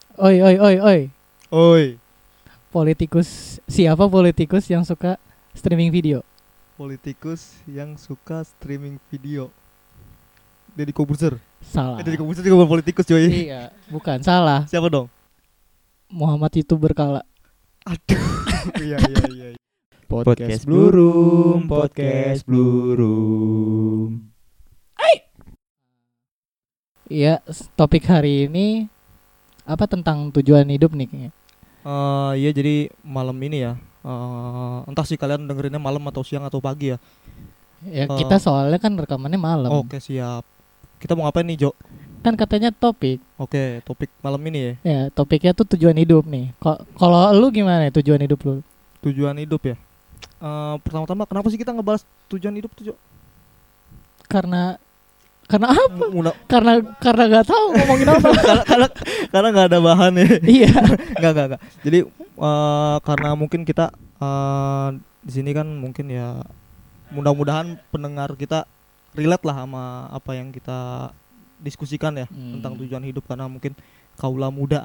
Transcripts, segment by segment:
Oi, oi, oi, oi. Oi, Siapa politikus yang suka streaming video? politikus yang suka streaming video. Deddy Corbuzier. Salah. Deddy Corbuzier juga bukan politikus coy. Iya, bukan, salah. Siapa dong? Muhammad YouTuber kala. Aduh. Iya. Podcast Blue Room, Podcast Blue Room. Iya, topik hari ini apa tentang tujuan hidup nih kayaknya. Iya jadi malam ini ya. Entah sih kalian dengerinnya malam atau siang atau pagi ya. Ya kita soalnya kan rekamannya malam. Oke, siap. Kita mau ngapain nih, Jo? Kan katanya topik. Oke, topik malam ini ya. Ya, topiknya tuh tujuan hidup nih. Kalau lu gimana ya tujuan hidup lu? Tujuan hidup ya. Pertama-tama kenapa sih kita ngebahas tujuan hidup tuh, Jo? Karena apa? Mudah Karena nggak tahu ngomongin apa. karena nggak ada bahan ya. Iya. Enggak. Jadi karena mungkin kita di sini kan mungkin ya mudah-mudahan pendengar kita relate lah sama apa yang kita diskusikan ya tentang tujuan hidup, karena mungkin kaula muda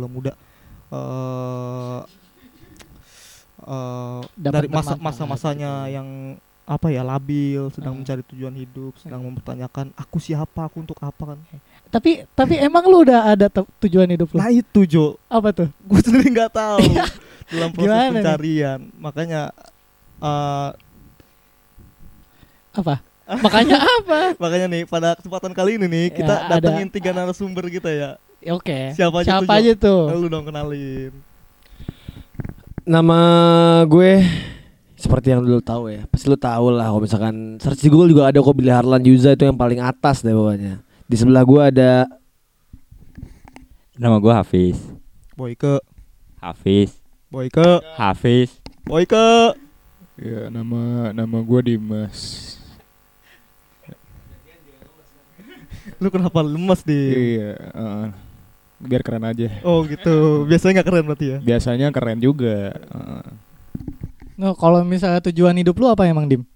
dari masa-masanya yang apa ya labil, sedang mencari tujuan hidup, sedang mempertanyakan aku siapa, aku untuk apa kan. Tapi emang lu udah ada tujuan hidup lu? Nah itu Jo, Apa tuh? gue sendiri nggak tahu dalam proses Gimana pencarian nih? Makanya Apa? Makanya apa? makanya nih pada kesempatan kali ini nih Ya, kita ada. datengin 3 narasumber kita ya. Ya, oke. Siapa aja tuh? Lu dong kenalin. Nama gue seperti yang dulu tahu ya. Pasti lu tahu lah, kalau misalkan search di Google juga ada kok, Billy Harlan Yuza itu yang paling atas deh pokoknya. Di sebelah gue ada Nama gue Hafiz. Boyke. Ya, nama gue Dimas. Lu kenapa lemes di? Iya, biar keren aja. Oh gitu. Biasanya nggak keren berarti ya? Biasanya keren juga. No, kalau misalnya tujuan hidup lu apa emang, Dim?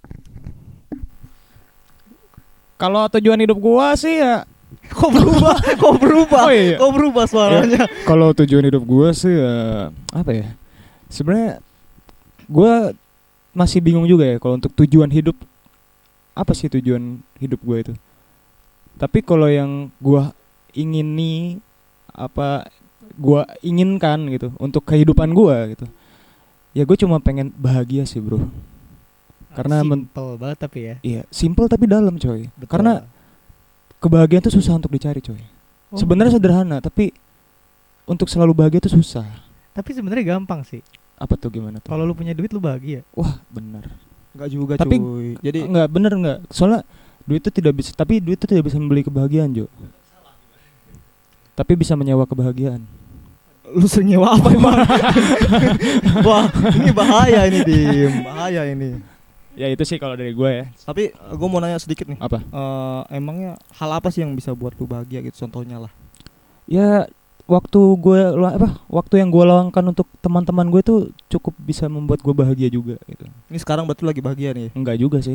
Kalau tujuan hidup gue sih ya, Kok berubah? Oh, iya. Kok berubah suaranya? kalau tujuan hidup gue sih ya, apa ya? Sebenarnya gue masih bingung juga ya kalau untuk tujuan hidup. Apa sih tujuan hidup gue itu? Tapi kalau yang gue ingini, apa gue inginkan gitu untuk kehidupan gue gitu, ya gue cuma pengen bahagia sih bro. Karena simple banget tapi ya. iya simple tapi dalam coy. Betul. Karena kebahagiaan tuh susah untuk dicari coy. Sebenarnya sederhana, tapi untuk selalu bahagia tuh susah. Tapi sebenarnya gampang sih. Apa tuh, gimana tuh? Kalau lu punya duit lu bahagia. Wah benar. Enggak juga Tapi cuy. Jadi enggak bener enggak. Soalnya duit itu tidak bisa, tapi duit itu tidak bisa membeli kebahagiaan Jo. Tapi bisa menyewa kebahagiaan. lu sering nyewa apa emang? Wah, ini bahaya ini Dim. Bahaya ini. Ya itu sih kalau dari gue ya. Tapi gue mau nanya sedikit nih. Apa? Emangnya hal apa sih yang bisa buat lu bahagia gitu, contohnya lah? Ya waktu yang gue luangkan untuk teman-teman gue tuh cukup bisa membuat gue bahagia juga gitu. Ini sekarang berarti lagi bahagia nih. Enggak juga sih.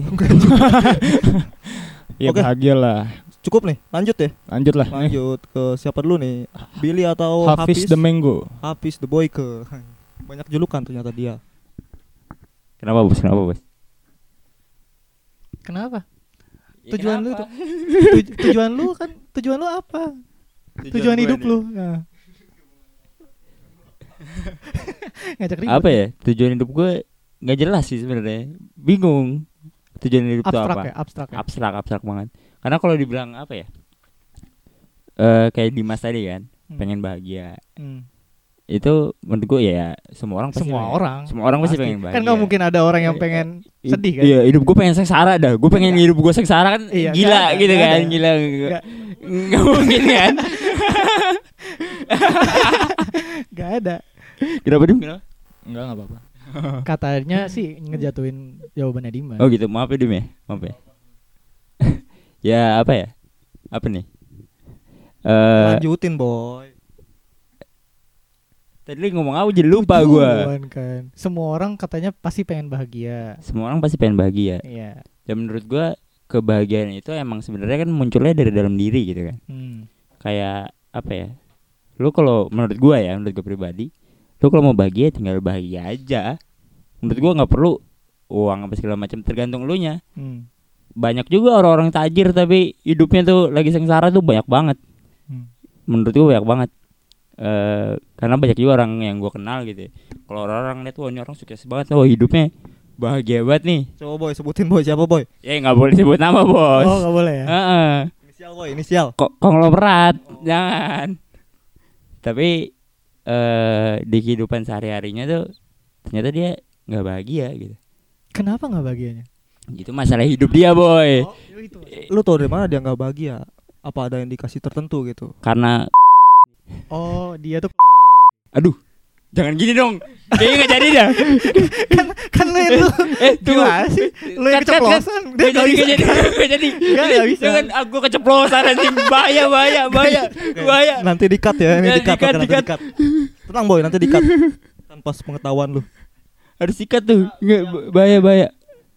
Ya Oke. bahagia lah. Cukup nih, lanjut ya. Lanjut lah. Lanjut ke siapa dulu nih? Billy atau Hafiz the Mango. Hafiz the Boyke. Banyak julukan ternyata dia. Kenapa bos? Kenapa? Ya, Tujuan kenapa? Tujuan lu apa? Tujuan hidup lu. Nah. Ngajak ribut. Apa ya? Tujuan hidup gue nggak jelas sih sebenarnya. Bingung. Tujuan hidup itu Abstrak apa? ya, abstrak ya. Abstrak banget. Karena kalau dibilang apa ya? Kayak Dimas tadi kan, pengen bahagia. Itu menurut gue ya semua orang pasti Semua orang pasti pengen bahagia. Kan nggak mungkin ada orang yang pengen sedih kan? Iya, hidup gue pengen sengsara dah. Gue pengen hidup gue sengsara kan, Iya, gila gak ada, gitu gak kan, ada. gila. Nggak mungkin kan? Gak ada. Kenapa Dim? Kenapa? Enggak apa-apa. Katanya sih ngejatuhin jawabannya Dimas. Oh gitu, maaf ya Dim ya, maaf ya. Ya apa ya? Apa nih? Lanjutin boy. Tadi ngomong apa jadi lupa gue. Tujuan kan. Semua orang katanya pasti pengen bahagia. Semua orang pasti pengen bahagia. Iya. Dan menurut gue kebahagiaan itu emang sebenarnya kan munculnya dari dalam diri gitu kan. Kayak apa ya? Lu kalau menurut gue pribadi, lu kalau mau bahagia tinggal bahagia aja. Menurut gue nggak perlu uang apa segala macam, tergantung lu nya. Banyak juga orang-orang tajir tapi hidupnya tuh lagi sengsara tuh banyak banget. Menurut gue banyak banget. Karena banyak juga orang yang gue kenal gitu. Kalau orang-orang lihat wah ini orang sukses banget, wah hidupnya bahagia banget nih. Coba boy, sebutin boy, siapa boy? Ya nggak boleh sebut nama bos. Oh nggak boleh ya. Inisial boy, inisial. Konglomerat, jangan. Tapi di kehidupan sehari-harinya tuh ternyata dia nggak bahagia gitu. Kenapa nggak bahagianya? Itu masalah hidup dia boy. Lu tau dari mana dia nggak bahagia? Apa ada indikasi tertentu gitu? Karena dia tuh aduh, jangan gini dong. Kayaknya nggak jadi dah. kan lu gimana sih? Lu yang keceplosan. Gak jadi. Nggak bisa. Jangan aku keceplosan nanti bahaya. Nanti di-cut ya, ini di-cut. Di-cut. Tenang boy, nanti di-cut. Tanpa pengetahuan lu. Harus sikat tuh. Nggak, bahaya.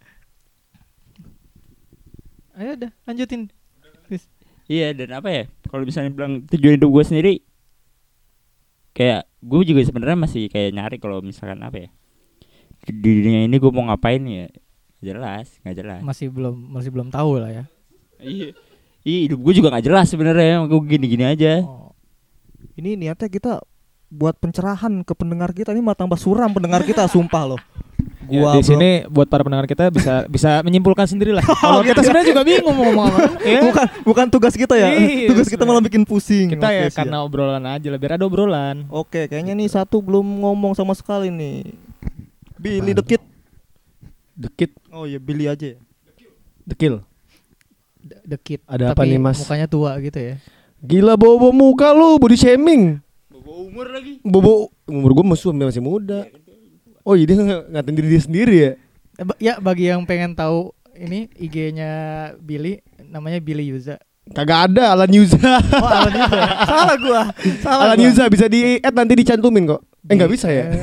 Ayo udah lanjutin. Iya, dan apa ya? Kalau misalnya bilang tujuan hidup gue sendiri, kayak gue juga sebenarnya masih kayak nyari kalau misalkan apa ya, di dunia ini gue mau ngapain ya, nggak jelas. Masih belum tahu lah ya. Iya, hidup gue juga nggak jelas sebenarnya. Gue gini aja. Ini niatnya kita buat pencerahan ke pendengar kita, ini malah tambah suram pendengar kita, sumpah loh. Ya, di sini buat para pendengar kita bisa menyimpulkan sendiri lah. Kalau kita sebenarnya juga bingung mau ngomong apa. Ya? Bukan tugas kita ya. Iya, Tugas kita malah bikin pusing. Kita ya karena obrolan aja lah, biar ada obrolan. Oke, kayaknya nih satu belum ngomong sama sekali nih. Billy the Kid. The Kid. Oh iya, Billy aja ya. The Kill. The Kid. Ada apa tapi nih, Mas? mukanya tua gitu ya. Gila bobo muka lu, body shaming. Bobo umur lagi. Bobo umur gue masih muda. Oh iya, dia ngatain diri dia sendiri ya. Ya bagi yang pengen tahu ini IG-nya Billy, namanya Billy Yuza. Kagak ada Alan Yuza. Oh Alan Yuza. Salah gua. Alan Yuza bisa di-add nanti dicantumin kok. Enggak bisa ya.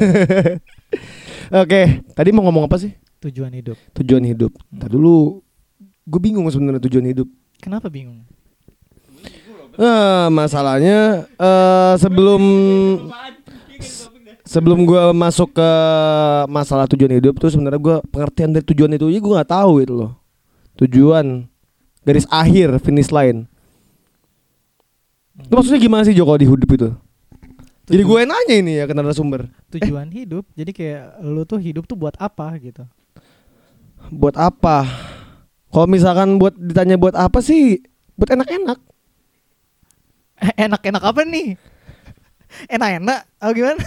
Oke, tadi mau ngomong apa sih? Tujuan hidup. Tujuan hidup. Tadi dulu gue bingung sebenarnya tujuan hidup. Kenapa bingung? Masalahnya sebelum gue masuk ke masalah tujuan hidup tuh sebenarnya gue pengertian dari tujuan itu aja gue nggak tahu itu loh. Tujuan, garis akhir, finish line. Itu maksudnya gimana sih Joko di hidup itu? Jadi gue nanya ini ya ke narasumber. Tujuan hidup, jadi kayak lu tuh hidup tuh buat apa gitu? Buat apa? Kalau misalkan buat ditanya buat apa sih? Buat enak-enak. Enak-enak apa nih? Enak-enak? Oh gimana?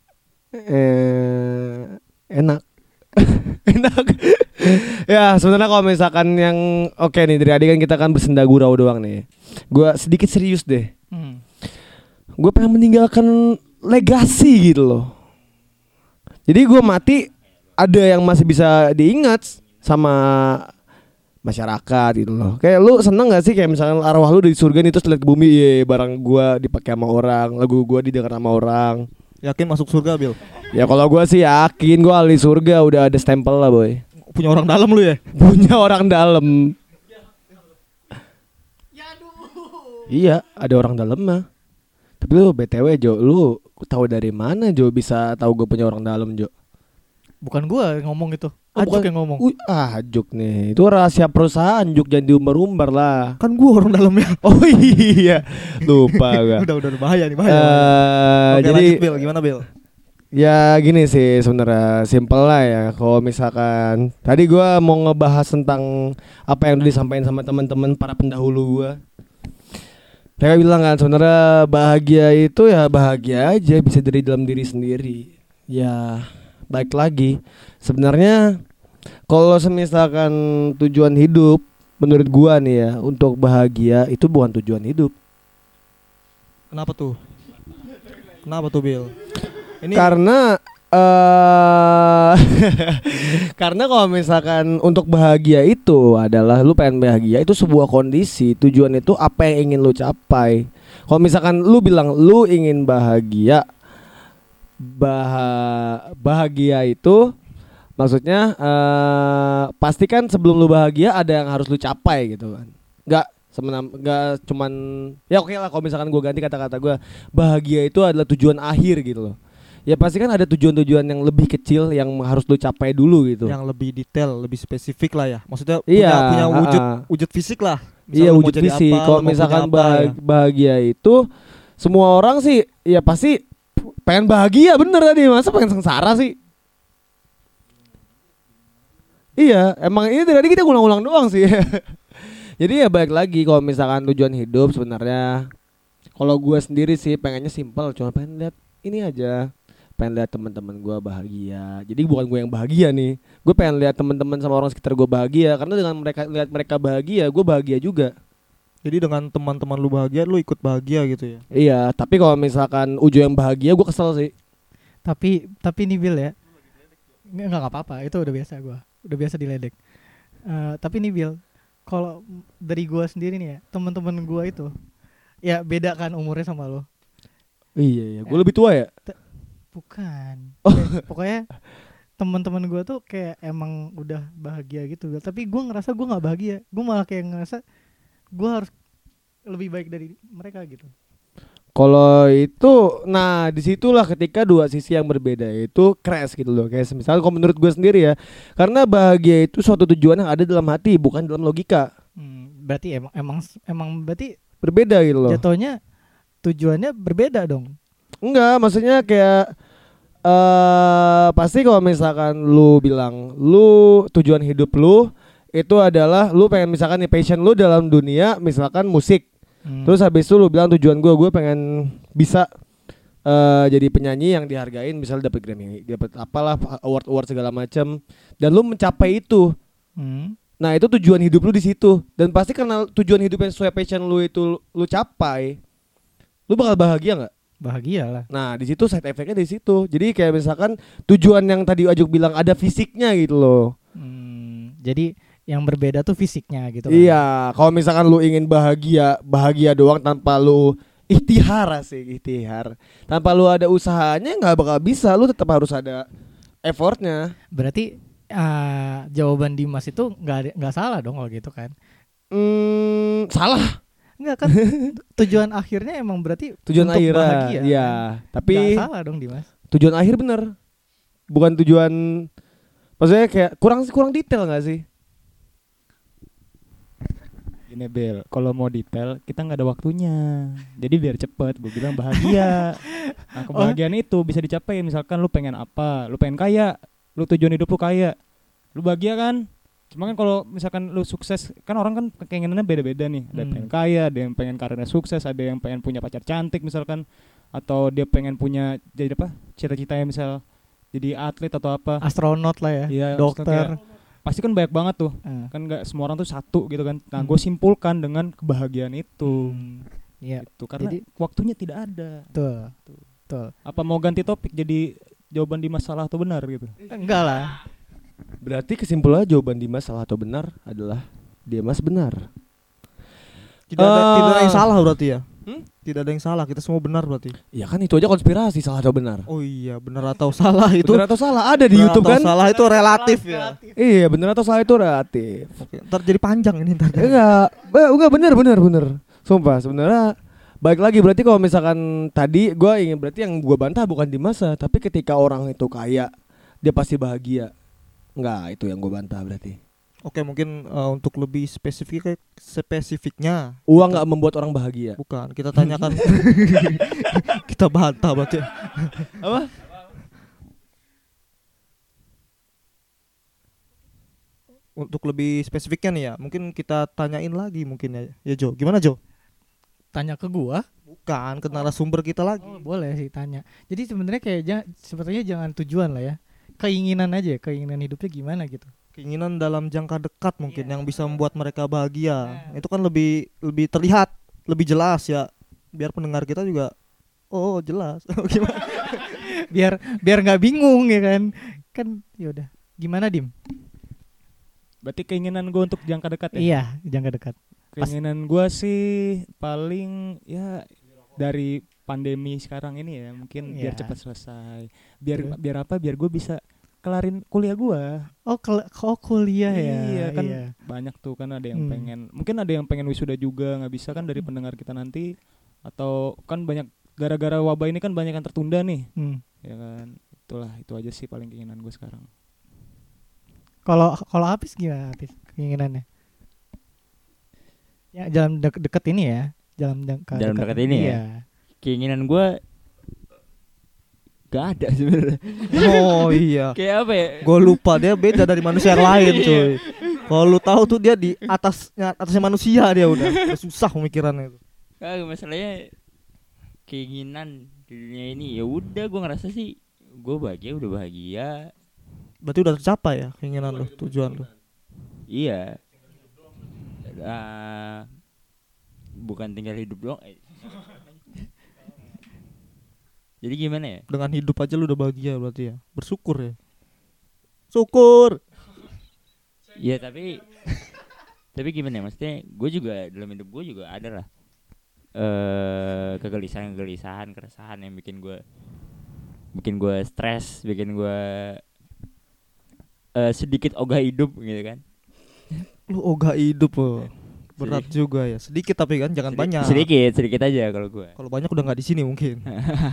Enak. Enak. Ya sebenarnya kalau misalkan yang oke nih dari adik kan kita kan bersenda gurau doang nih. Gue sedikit serius deh. Gue pengen meninggalkan legasi gitu loh. Jadi gue mati ada yang masih bisa diingat sama masyarakat gitu loh. Kayak lu seneng gak sih kayak misalkan arwah lu di surga nih terus lihat ke bumi, iya barang gua dipakai sama orang, lagu gua didengar sama orang. Yakin masuk surga, Bil? Ya kalau gua sih yakin, gua ahli surga, udah ada stempel lah boy. Punya orang dalam lu ya? Punya orang dalam. Iya, ada orang dalam mah. Tapi lu BTW Jo, lu tahu dari mana Jo bisa tahu gua punya orang dalam Jo? Bukan gua yang ngomong itu. Oh, Ajuk yang ngomong. Ajuk nih. Itu rahasia perusahaan, Juk, jangan diumbar-umbar lah. Kan gua orang dalamnya. Oh iya. Lupa gua. udah bahaya nih, bahaya. Oke, Jadi lanjut, Bil, gimana, Bil? ya gini sih sebenarnya, simple lah ya. Kalau misalkan tadi gua mau ngebahas tentang apa yang udah disampaikan sama teman-teman para pendahulu gua. Mereka bilang kan sebenarnya bahagia itu ya bahagia aja, bisa dari dalam diri sendiri. Ya baik lagi, sebenarnya kalau misalkan tujuan hidup menurut gua nih ya, untuk bahagia itu bukan tujuan hidup. Kenapa tuh? Kenapa tuh, Bil? Ini Karena karena kalau misalkan untuk bahagia itu adalah lu pengen bahagia itu sebuah kondisi, tujuan itu apa yang ingin lu capai. Kalau misalkan lu bilang lu ingin bahagia, bahagia itu maksudnya pastikan sebelum lu bahagia ada yang harus lu capai gitu kan. Nggak cuman ya oke lah kalau misalkan gue ganti kata-kata gue, bahagia itu adalah tujuan akhir gitu loh. Ya pasti kan ada tujuan-tujuan yang lebih kecil yang harus lu capai dulu gitu. Yang lebih detail, lebih spesifik lah ya. Maksudnya Iya, punya wujud fisik lah. Iya, Misalnya lu mau wujud jadi fisik. apa, Kalau lu mau misalkan punya apa, ya. bahagia itu semua orang sih ya pasti pengen bahagia bener tadi, masa pengen sengsara sih? Iya, emang ini tadi kita ulang-ulang doang sih. Jadi ya balik lagi kalau misalkan tujuan hidup sebenarnya kalau gue sendiri sih pengennya simpel, cuma pengen lihat ini aja, pengen lihat teman-teman gue bahagia. Jadi bukan gue yang bahagia nih, gue pengen lihat teman-teman sama orang sekitar gue bahagia, karena dengan mereka bahagia, gue bahagia juga. Jadi dengan teman-teman lu bahagia, lu ikut bahagia gitu ya. Iya, tapi kalau misalkan Ujo yang bahagia, gue kesel sih. Tapi nih Bill ya, nggak apa-apa, itu udah biasa gue, udah biasa diledek. Tapi nih Bill, kalau dari gue sendiri nih ya, teman-teman gue itu ya beda kan umurnya sama lo. Iya, gue lebih tua ya. Bukan. Oh. Pokoknya teman-teman gue tuh kayak emang udah bahagia gitu. Tapi gue ngerasa gue nggak bahagia. Gue malah kayak ngerasa gue harus lebih baik dari mereka gitu. Kalau itu, nah disitulah ketika dua sisi yang berbeda itu crash gitu loh. Kayak misalnya kalau menurut gue sendiri ya, karena bahagia itu suatu tujuan yang ada dalam hati, bukan dalam logika. Berarti emang berarti Berbeda gitu loh. jatuhnya tujuannya berbeda dong. Enggak, maksudnya kayak pasti kalau misalkan lu bilang lu tujuan hidup lu itu adalah lu pengen misalkan nih passion lu dalam dunia misalkan musik. Terus habis itu lu bilang tujuan gue pengen bisa jadi penyanyi yang dihargain, misalnya dapat Grammy, dapat apalah award segala macam, dan lu mencapai itu. Nah itu tujuan hidup lu di situ, dan pasti karena tujuan hidup yang sesuai passion lu itu lu capai, lu bakal bahagia nggak? Bahagia lah. Nah di situ side effectnya di situ. Jadi kayak misalkan tujuan yang tadi Ajuk bilang ada fisiknya gitu loh. Jadi yang berbeda tuh fisiknya gitu kan. Iya, kalau misalkan lu ingin bahagia doang tanpa lu ikhtiar. Tanpa lu ada usahanya nggak bakal bisa, lu tetap harus ada effortnya. Berarti jawaban Dimas itu nggak salah dong kalau gitu kan? Salah. Nggak kan? Tujuan akhirnya emang berarti Tujuan untuk akhir bahagia. Iya, Kan? tapi Nggak salah dong Dimas. tujuan akhir bener, bukan tujuan. Maksudnya kayak kurang detail nggak sih? Ini Bel, kalau mau detail kita nggak ada waktunya. Jadi biar cepet, gue bilang bahagia. Nah kebahagiaan itu bisa dicapai. Misalkan lu pengen apa, lu pengen kaya, lu tujuan hidup lu kaya, lu bahagia kan? Cuma kan kalau misalkan lu sukses, kan orang kan keinginannya beda-beda nih. Ada yang pengen kaya, ada yang pengen karirnya sukses, ada yang pengen punya pacar cantik misalkan, atau dia pengen punya jadi apa? Cita-citanya misal jadi atlet atau apa? Astronot lah ya, Iya, dokter. Pasti kan banyak banget tuh. Kan nggak semua orang tuh satu gitu kan. Nah gue simpulkan dengan kebahagiaan itu. Iya. Itu karena Jadi waktunya tidak ada. Betul. Apa mau ganti topik jadi jawaban di masalah atau benar gitu? Enggak lah. Berarti kesimpulannya jawaban Dimas salah atau benar adalah Dimas benar. Tidak ada yang salah berarti ya. Tidak ada yang salah, kita semua benar berarti. Ya kan itu aja konspirasi, salah atau benar. Oh iya, benar atau salah itu. Benar atau salah ada di benar YouTube atau kan? Salah itu relatif ya. Iya, benar atau salah itu relatif. Oke, ntar jadi panjang ini ntar. Enggak benar. Sumpah sebenarnya baik lagi berarti kalau misalkan tadi gue ingin berarti yang gue bantah bukan di masa, tapi ketika orang itu kaya dia pasti bahagia. Enggak, itu yang gue bantah berarti. Oke, mungkin untuk lebih spesifiknya Uang nggak membuat orang bahagia. bukan, kita tanyakan. Kita bantah berarti. Apa? Untuk lebih spesifiknya nih ya, mungkin kita tanyain lagi mungkin ya. Ya Jo, gimana Jo? Tanya ke gua? Bukan, ke narasumber kita lagi. Oh, boleh sih tanya. Jadi sebenarnya kayak sepertinya jangan tujuan lah ya. Keinginan aja, keinginan hidupnya gimana gitu. Keinginan dalam jangka dekat mungkin yang bisa membuat mereka bahagia. Itu kan lebih terlihat, lebih jelas ya. Biar pendengar kita juga jelas. Gimana? biar nggak bingung ya kan. Kan yaudah. Gimana Dim? Berarti keinginan gue untuk jangka dekat ya? Iya, jangka dekat. Keinginan gue sih paling ya dari pandemi sekarang ini ya mungkin biar cepat selesai. Biar apa? Biar gue bisa kelarin kuliah gua. Kuliah ya. Iya kan Iya. banyak tuh kan ada yang pengen, mungkin ada yang pengen wisuda juga nggak bisa kan dari pendengar kita nanti, atau kan banyak gara-gara wabah ini kan banyak yang tertunda nih, ya kan. Itulah, itu aja sih paling keinginan gue sekarang. Kalau Hafiz gimana Hafiz keinginannya? Ya jalan deket ini ya, jalan dekat ini iya. ya. Keinginan gue gak ada sebenarnya. Oh iya. Kayak apa ya? Gue lupa dia beda dari manusia yang lain cuy. Kalau lu tahu tuh dia di atasnya manusia, dia udah susah pemikirannya itu. Masalahnya keinginan di dunia ini ya udah, gue ngerasa sih gue udah bahagia. Berarti udah tercapai ya keinginan lu, tujuan lu. Iya. Bukan tinggal hidup doang. Jadi gimana ya? Dengan hidup aja lu udah bahagia berarti ya. Bersyukur ya. Syukur. Iya tapi gimana ya? Maksudnya gue juga dalam hidup gue juga ada lah kegelisahan, keresahan yang bikin gue stres, bikin gue sedikit ogah hidup gitu kan. Lu ogah hidup loh. Berat juga ya. Sedikit tapi kan jangan banyak. Sedikit aja kalau gue. Kalau banyak udah nggak di sini mungkin.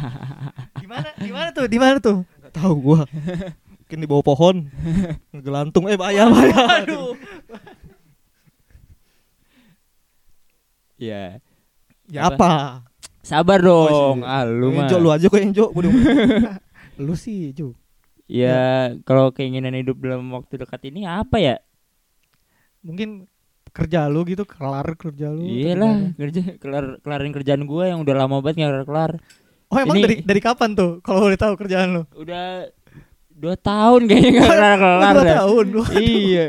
Di mana tuh? Nggak tahu gua. Mungkin di bawah pohon. Ngegelantung. Bahaya. Aduh. Ya. Ya apa? Sabar dong. Lu mah. Lu aja kok Enjo. Lu sih, Ju. Ya, kalau keinginan hidup dalam waktu dekat ini apa ya? Mungkin kerja lu gitu, kelar kerja lu. Iyalah, kelarin kerjaan gue yang udah lama banget nggak kelar. Oh, emang dari kapan tuh? Kalau boleh tahu kerjaan lu? Udah 2 tahun kayaknya nggak kelar. 2 tahun. Iya.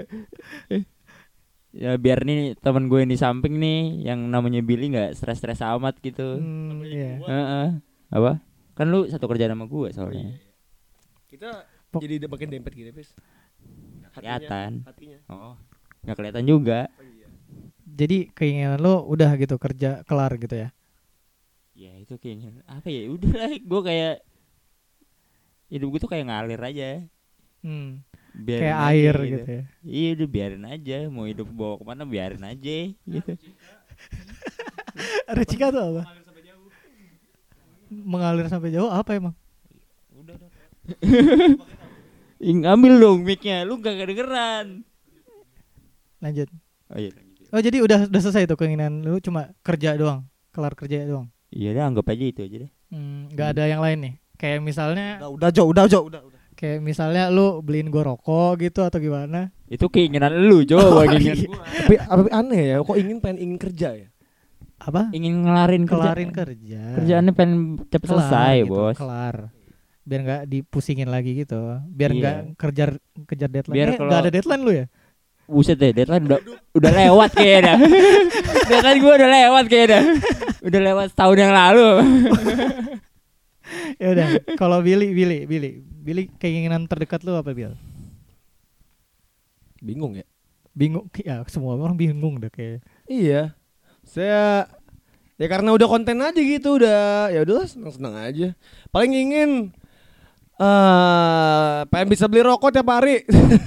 Ya biar nih teman gue yang di samping nih yang namanya Billy nggak stres amat gitu. Iya. Apa? Kan lu satu kerjaan sama gue soalnya. Kita jadi makin dempet gitu, Pis. Kelihatan. Hatinya. Oh, nggak kelihatan juga. Jadi keinginan lo udah gitu kerja kelar gitu ya? Ya itu keinginan apa ya? Udah lah, gue kayak hidup gue tuh kayak ngalir aja. Kayak air gitu ya? Iya udah biarin aja. Mau hidup bawa kemana biarin aja gitu. Recika tuh apa? Mengalir sampai jauh apa emang? Udah. Ngambil dong mic-nya, lu gak kedengeran. Lanjut. Oh iya. Oh jadi udah selesai tuh keinginan lu, cuma kerja doang, kelar kerja doang. Iya deh, anggap aja itu aja deh. Nggak ada yang lain nih. Kayak misalnya. Udah Jo. Kayak misalnya lu beliin gua rokok gitu atau gimana? Itu keinginan lu Jo, keinginan gua. Tapi aneh ya, kok pengen kerja ya? Apa? Ingin kelarin kerja. Kerjaannya pengen cepet selesai, gitu, Bos. Kelar. Biar nggak dipusingin lagi gitu. Biar nggak kejar deadline. Biar nggak ada deadline lu ya? Buset deh, deadline udah lewat kayaknya dah. Deadline gue udah lewat kayaknya dah. Udah lewat setahun yang lalu. Ya udah, kalau Billy keinginan terdekat lu apa, Bil? Bingung ya? Bingung ya, semua orang bingung deh kayak. Iya. Saya ya karena udah konten aja gitu, udah ya udahlah senang aja. Paling ingin pengen bisa beli rokok tiap hari.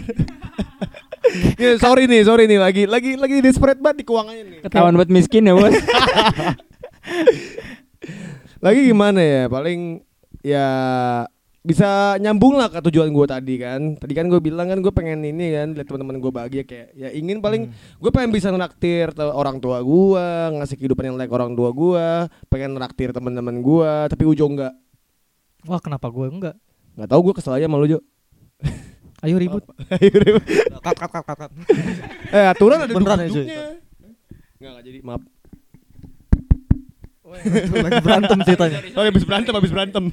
Ya, sorry nih lagi desperate banget di keuangannya nih. Ketahuan buat miskin ya, Bos. Lagi gimana ya? Paling ya bisa nyambung lah ke tujuan gue tadi kan. Tadi kan gue bilang kan gue pengen ini kan, lihat teman-teman gue bahagia, kayak ya ingin paling gue pengen bisa nraktir orang tua gue, ngasih kehidupan yang layak orang tua gue, pengen nraktir teman-teman gue, tapi ujung enggak. Wah, kenapa gue enggak? Enggak tahu, gue kesel aja sama lu, Jo. Ayo ribut. Kat. Aturan ada beneran duduknya. Enggak jadi, maaf. Lagi berantem ceritanya. Oh, habis berantem.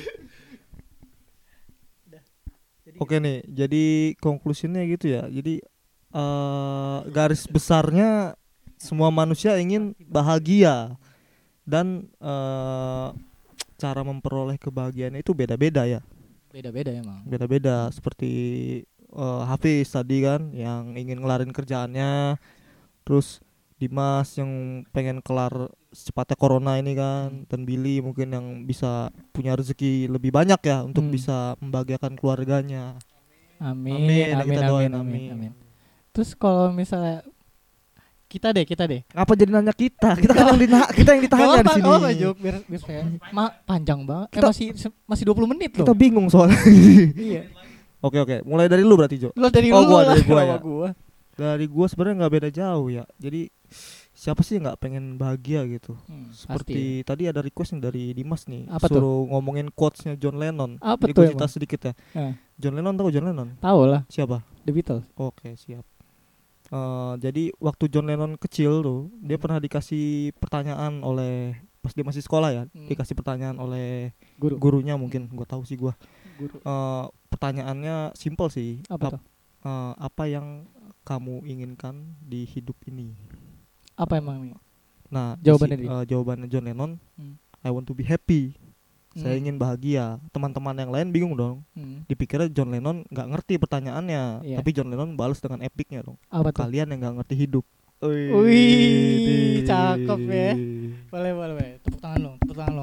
Oke nih, jadi konklusinya gitu ya. Jadi garis besarnya semua manusia ingin bahagia dan cara memperoleh kebahagiaan itu beda-beda ya. Beda-beda emang. Beda-beda, seperti Hafiz tadi kan yang ingin ngelarin kerjaannya, terus Dimas yang pengen kelar secepatnya corona ini kan, dan Billy mungkin yang bisa punya rezeki lebih banyak ya untuk bisa membahagiakan keluarganya. Amin. Amin, kita doain, amin. Terus kalau misalnya kita deh. Ngapa jadi nanya kita? Kita kan kita yang ditanya di sini. Gak apa-apa, Jok, biar fair. Panjang banget. Masih 20 menit loh. Kita bingung soalnya. Iya. Oke, mulai dari lu berarti, Jo. Lo dari Oh, lu gua lah. dari gua ya. Gua. Dari gua sebenarnya nggak beda jauh ya. Jadi siapa sih nggak pengen bahagia gitu? Seperti tadi ada request nih dari Dimas nih, Apa suruh ngomongin quotes-nya John Lennon. Apa Jadi tuh gua cerita emang? sedikit ya. John Tahu John Lennon? Tahu lah, Siapa? The Beatles. Oke, siap. Jadi waktu John Lennon kecil tuh, dia pernah dikasih pertanyaan oleh pas dia masih sekolah ya, dikasih pertanyaan oleh gurunya mungkin, gua tahu sih gua. Guru. Pertanyaannya simple sih. Apa tuh? Apa yang kamu inginkan di hidup ini? Apa emang nih? Nah, Jawabannya jawabannya John Lennon, I want to be happy. Saya ingin bahagia. Teman-teman yang lain bingung dong. Dipikirnya John Lennon nggak ngerti pertanyaannya, tapi John Lennon balas dengan epicnya dong. Apa tuh? Kalian yang nggak ngerti hidup. Wih, cakep ya. Boleh. Tepuk tangan lo.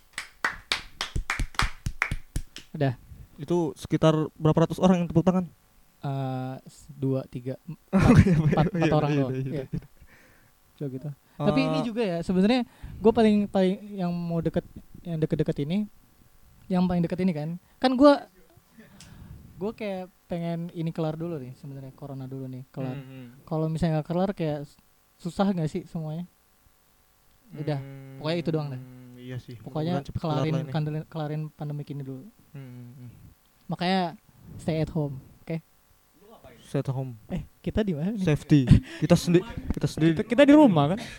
Udah. Itu sekitar berapa ratus orang yang tepuk tangan? 2, 3, 4 orang doang. Iya. Coba gitu. Tapi ini juga ya sebenarnya gue paling yang mau deket ini, yang paling deket ini kan gue kayak pengen ini kelar dulu nih sebenarnya, corona dulu nih kelar. Kalau misalnya nggak kelar kayak susah nggak sih semuanya? Udah, pokoknya itu doang dah. Iya sih. Pokoknya kelarin pandemi ini dulu. Makanya stay at home, oke? Stay at home. Kita di mana nih? Safety. Kita sendiri. Kita di rumah kan?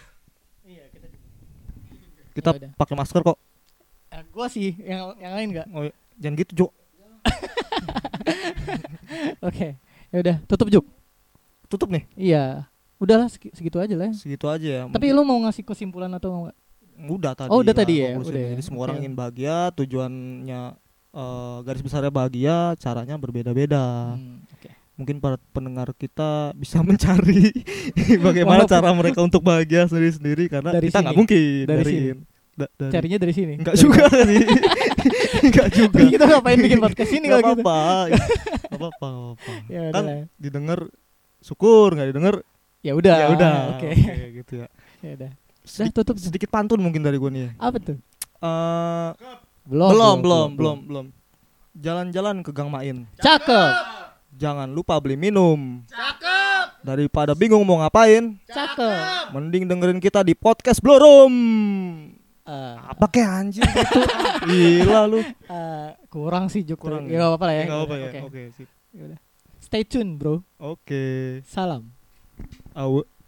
Kita Ya udah. pakai masker kok. Gua sih, yang lain nggak? Oh, jangan gitu, Jo. Oke, ya udah tutup Juk. Tutup nih. Iya, udahlah segitu aja lah. Segitu aja ya. Tapi lu mau ngasih kesimpulan atau mau nggak? Udah tadi. Oh, udah tadi ya? Udah. Udah ya. Jadi semua orang Oke. ingin bahagia, tujuannya garis besarnya bahagia, caranya berbeda-beda. Oke. Mungkin para pendengar kita bisa mencari bagaimana cara mereka untuk bahagia sendiri-sendiri, karena Dari kita sini. nggak mungkin Dari sini. Carinya dari sini. Enggak juga sih. Enggak juga. Tapi kita ngapain bikin podcast ini Enggak kalau gitu? apa-apa. Ya Kan udah. didengar syukur, enggak didengar Ya udah. ya udah. Oke. Gitu ya. Ya udah. Udah tutup. Sedikit pantun mungkin dari gue nih. Apa tuh? Belum. Jalan-jalan ke Gang Main. Cakep. Jangan lupa beli minum. Cakep. Daripada bingung mau ngapain, Cakep. mending dengerin kita di podcast Blorum. Apa kayak anjir gitu. Gila lu. Kurang sih Juk. Kurang Ya enggak apa-apa lah ya. Enggak apa ya. Oke. Oke, sip. Ya udah. Stay tune, bro. Oke. Salam. Awe.